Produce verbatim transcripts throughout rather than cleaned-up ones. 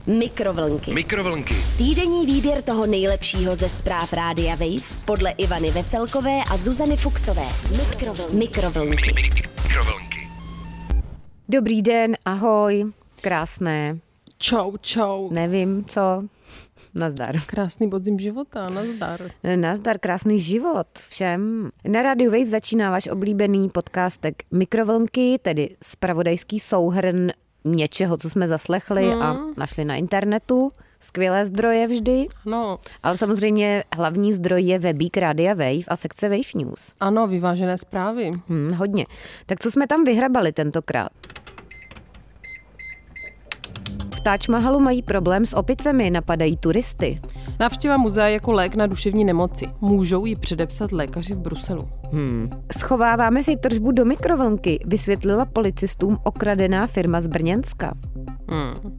Mikrovlnky. Mikrovlnky. Týdenní výběr toho nejlepšího ze zpráv Rádia Wave podle Ivany Veselkové a Zuzany Fuxové. Mikrovlnky. Mikrovlnky. Mikrovlnky. Dobrý den, ahoj, krásné. Čau, čau. Nevím, co. Nazdar. Krásný podzim života, nazdar. Nazdar, krásný život všem. Na Radio Wave začíná váš oblíbený podcastek Mikrovlnky, tedy zpravodajský souhrn něčeho, co jsme zaslechli hmm. a našli na internetu. Skvělé zdroje vždy. No. Ale samozřejmě hlavní zdroj je webík Rádia Wave a sekce Wave News. Ano, vyvážené zprávy. Hmm, hodně. Tak co jsme tam vyhrabali tentokrát? V Taj Mahalu mají problém s opicemi, napadají turisty. Návštěva muzea jako lék na duševní nemoci. Můžou ji předepsat lékaři v Bruselu. Hmm. Schováváme si tržbu do mikrovlnky, vysvětlila policistům okradená firma z Brněnska. Hmm.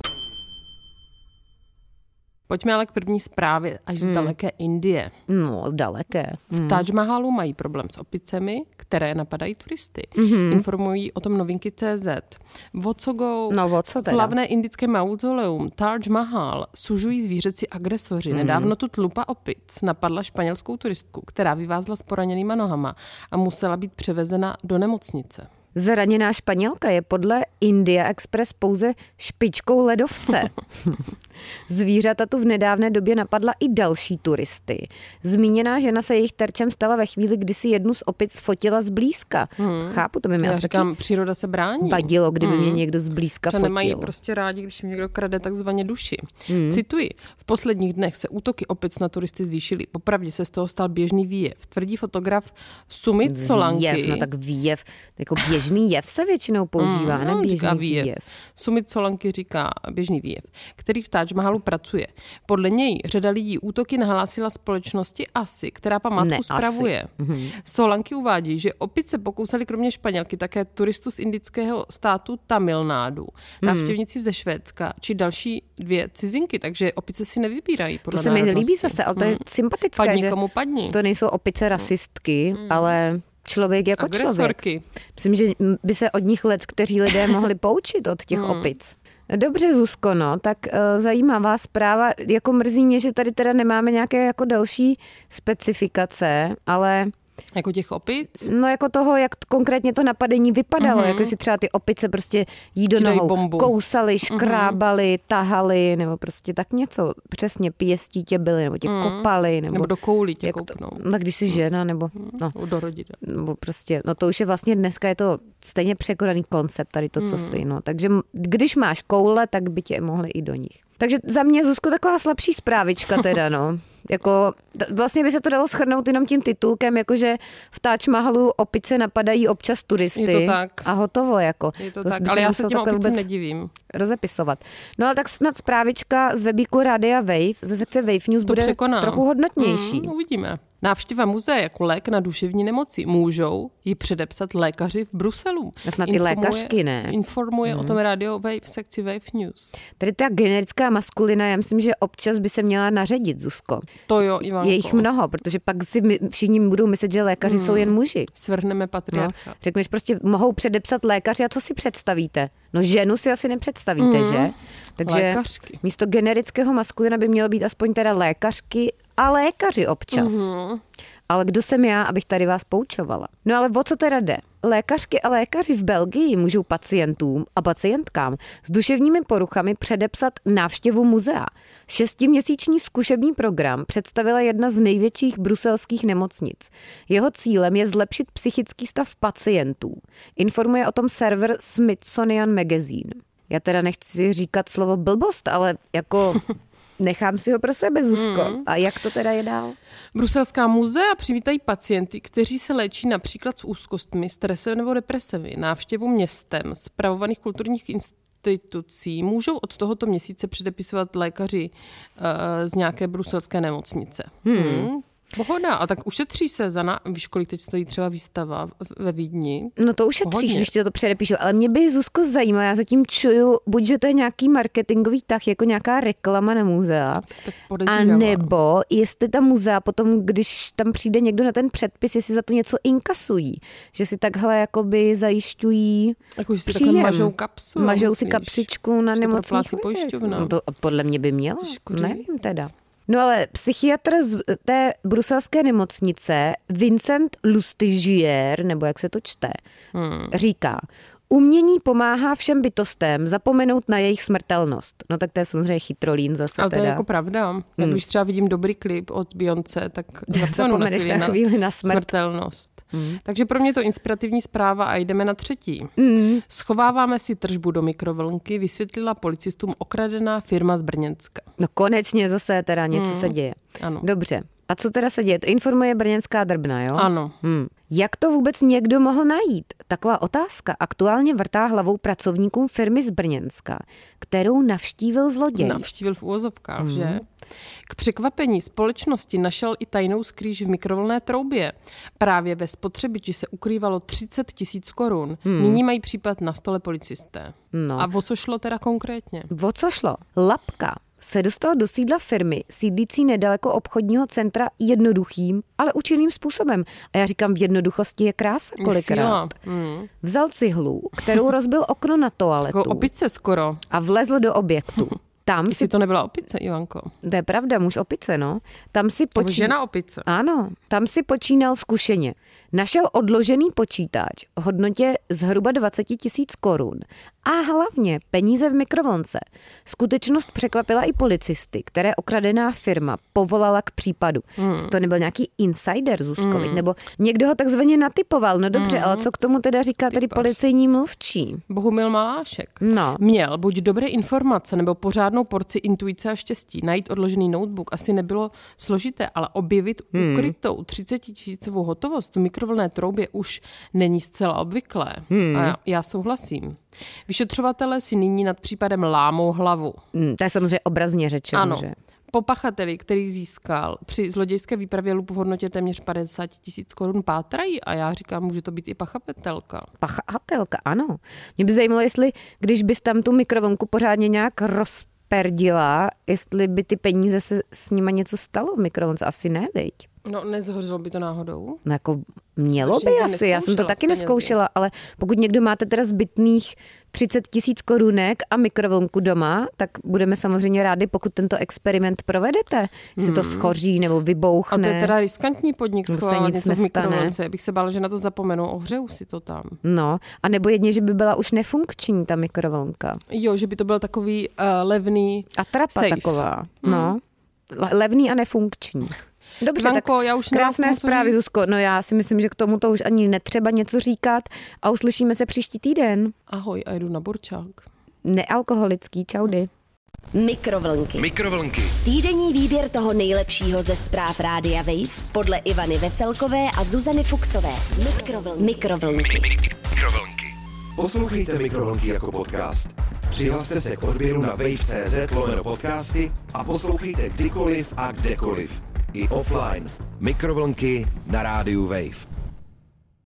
Pojďme ale k první zprávě až z hmm. daleké Indie. No, daleké. V Taj Mahalu mají problém s opicemi, které napadají turisty. Hmm. Informují o tom novinky tečka cé zet. Vocogou no, slavné indické mauzoleum Taj Mahal sužují zvířeci agresoři. Hmm. Nedávno tu tlupa opic napadla španělskou turistku, která vyvázla s poraněnýma nohama a musela být převezena do nemocnice. Zraněná Španělka je podle India Express pouze špičkou ledovce. Zvířata tu v nedávné době napadla i další turisty. Zmíněná žena se jejich terčem stala ve chvíli, kdy si jednu z opic fotila zblízka. Hmm. Chápu, to by mě Já asi říkám, příroda se brání. vadilo, kdyby hmm. mě někdo zblízka fotil. Nemají prostě rádi, když jim někdo krade takzvaně duši. Hmm. Cituji, v posledních dnech se útoky opic na turisty zvýšily. Popravdě se z toho stal běžný výjev. Tvrdí fotograf Sumit Solanki. Výjev, no tak výjev, jako běžný jev se většinou používá, hmm. ne no, běžný výjev. výjev. Sumit Solanki říká běžný výjev, který v Taj Mahalu pracuje. Podle něj řada lidí útoky nahlásila společnosti Asi, která památku ne, spravuje. Mhm. Solanki uvádí, že opice pokousali kromě Španělky také turistu z indického státu Tamil Nádu, mhm. návštěvníci ze Švédska či další dvě cizinky, takže opice si nevybírají podle To se mi národnosti. líbí zase, ale to je hmm. sympatické, padni že komu padni. To nejsou opice rasistky, hmm. ale člověk jako Agresorky. člověk. Myslím, že by se od nich let, kteří lidé mohli poučit od těch hmm. opic. Dobře, Zuzko, no, tak uh, zajímavá zpráva. Jako mrzí mě, že tady teda nemáme nějaké jako další specifikace, ale... Jako těch opic? No jako toho, jak t- konkrétně to napadení vypadalo, mm-hmm. jako si třeba ty opice prostě jí do nohou bombu. kousali, škrábali, mm-hmm. tahali, nebo prostě tak něco, přesně pěstí tě byli, nebo tě mm. kopali. Nebo, nebo do koulí tě jako koupnou. No když jsi žena, nebo... No, do rodiny. Nebo prostě, no to už je vlastně dneska je to stejně překonaný koncept, tady to, co mm. si, no. Takže když máš koule, tak by tě mohli i do nich. Takže za mě, Zuzko, taková slabší zprávička teda, no. Jako, vlastně by se to dalo shrnout jenom tím titulkem, jakože v Taj Mahalu opice napadají občas turisty. Je to tak. A hotovo, jako. Je to, to tak, ale já se těm opicím nedivím. Rozepisovat. No ale tak snad zprávička z webíku Rádia Wave, ze sekce Wave News, to bude překoná. Trochu hodnotnější. Mm, uvidíme. Návštěva muzea jako lék na duševní nemoci. Můžou ji předepsat lékaři v Bruselu. A snad i lékařky, ne? Informuje hmm. o tom Radio Wave v sekci Wave News. Tady ta generická maskulina, já myslím, že občas by se měla naředit, Zuzko. To jo, Ivanko. Je jich mnoho, protože pak si my, všichni budou myslet, že lékaři hmm. jsou jen muži. Svrhneme patriarcha. No, řekneš prostě, mohou předepsat lékaři a co si představíte? No ženu si asi nepředstavíte, hmm. že? Takže lékařky. Místo generického maskulina by mělo být aspoň teda lékařky a lékaři občas. Mm-hmm. Ale kdo jsem já, abych tady vás poučovala? No ale o co teda jde? Lékařky a lékaři v Belgii můžou pacientům a pacientkám s duševními poruchami předepsat návštěvu muzea. Šestiměsíční zkušební program představila jedna z největších bruselských nemocnic. Jeho cílem je zlepšit psychický stav pacientů. Informuje o tom server Smithsonian Magazine. Já teda nechci říkat slovo blbost, ale jako... Nechám si ho pro sebe, Zuzko. Hmm. A jak to teda je dál? Bruselská muzea přivítají pacienty, kteří se léčí například s úzkostmi, stresem nebo depresemi. Návštěvu městem spravovaných kulturních institucí můžou od tohoto měsíce předepisovat lékaři uh, z nějaké bruselské nemocnice. Hmm. Hmm. Pohoda, a tak ušetří se za na... Víš, kolik teď stojí třeba výstava ve Vídni? No to ušetříš, když ti to předepíšu, ale mě by, Zuzko, zajímalo, já zatím čuju, buď, že to je nějaký marketingový tah, jako nějaká reklama na muzea, a nebo jestli ta muzea potom, když tam přijde někdo na ten předpis, jestli za to něco inkasují, že si takhle jakoby zajišťují jako, že si příjem. mažou kapsu. Mažou myslíš? si kapsičku na nemocných pojišťovna. No to podle mě by mělo, nevím teda. No ale psychiatr z té bruselské nemocnice Vincent Lustigier, nebo jak se to čte, hmm. říká, umění pomáhá všem bytostem zapomenout na jejich smrtelnost. No tak to je samozřejmě chytrolín zase. Ale to teda. je jako pravda. Tak hmm. když třeba vidím dobrý klip od Beyoncé, tak zapomeneš na chvíli na smrt. smrtelnost. Hmm. Takže pro mě je to inspirativní zpráva a jdeme na třetí. Hmm. Schováváme si tržbu do mikrovlnky, vysvětlila policistům okradená firma z Brněnska. No konečně zase teda něco hmm. se děje. Ano. Dobře. A co teda se děje? To informuje brněnská Drbna, jo? Ano. Hmm. Jak to vůbec někdo mohl najít? Taková otázka aktuálně vrtá hlavou pracovníkům firmy z Brněnska, kterou navštívil zloděj. Navštívil v úvozovkách, hmm. že? K překvapení společnosti našel i tajnou skrýž v mikrovlnné troubě. Právě ve spotřebiči se ukrývalo třicet tisíc korun. Hmm. Nyní mají případ na stole policisté. No. A o co šlo teda konkrétně? O co šlo? Lapka se dostal do sídla firmy, sídlící nedaleko obchodního centra jednoduchým, ale účinným způsobem. A já říkám, v jednoduchosti je krása kolikrát. Hmm. Vzal cihlu, kterou rozbil okno na toaletu. Jako opice skoro. A vlezl do objektu. Tam Jestli si... to nebyla opice, Ivanko. To je pravda, muž opice, no. Tam si počí... žena opice. Ano, tam si počínal zkušeně. Našel odložený počítač v hodnotě zhruba dvacet tisíc korun. A hlavně peníze v mikrovlnce. Skutečnost překvapila i policisty, které okradená firma povolala k případu. Hmm. To nebyl nějaký insider, Zuzko, hmm. nebo někdo ho takzvaně natypoval. No dobře, hmm. ale co k tomu teda říká tady policejní mluvčí? Bohumil Malášek. No. Měl buď dobré informace, nebo pořádnou porci intuice a štěstí. Najít odložený notebook asi nebylo složité, ale objevit hmm. ukrytou třicetitisícovou hotovost v mikrovlnné troubě už není zcela obvyklé. Hmm. A já, já souhlasím. Vyšetřovatelé si nyní nad případem lámou hlavu. Hmm, to je samozřejmě obrazně řečeno, ano. že? Po pachateli, který získal při zlodějské výpravě lup v hodnotě téměř padesát tisíc korun, pátrají a já říkám, může to být i pachatelka. Pachatelka, ano. Mě by zajímalo, jestli, když bys tam tu mikrovlnku pořádně nějak rozperdila, jestli by ty peníze se s nima něco stalo v mikrovlnce. Asi ne, viď? No, nezhořelo by to náhodou? No jako mělo by asi, já jsem to taky neskoušela, ale pokud někdo máte teda zbytných třicet tisíc korunek a mikrovlnku doma, tak budeme samozřejmě rádi, pokud tento experiment provedete. Jestli hmm. to schoří nebo vybouchne. A to je teda riskantní podnik schovávat něco v mikrovlnce. Já bych se bála, že na to zapomenu, ohřeju si to tam. No, a nebo jedně, že by byla už nefunkční ta mikrovlnka. Jo, že by to byl takový uh, levný atrapa safe. Taková, no. Hmm. Levný a nefunkční. Dobře, Vanko, tak já už krásné zprávy, Zuzko. No já si myslím, že k tomu to už ani netřeba něco říkat a uslyšíme se příští týden. Ahoj, a jdu na burčák. Nealkoholický, čaudy. Mikrovlnky. Mikrovlnky. Týdenní výběr toho nejlepšího ze zpráv Rádia Wave podle Ivany Veselkové a Zuzany Fuxové. Mikrovlnky. Mikrovlnky. Mikrovlnky. Poslouchejte Mikrovlnky jako podcast. Přihlaste se k odběru na wave tečka cé zet lomeno podcasty a poslouchejte kdykoliv a kdekoliv. I offline. Mikrovlnky na rádiu Wave.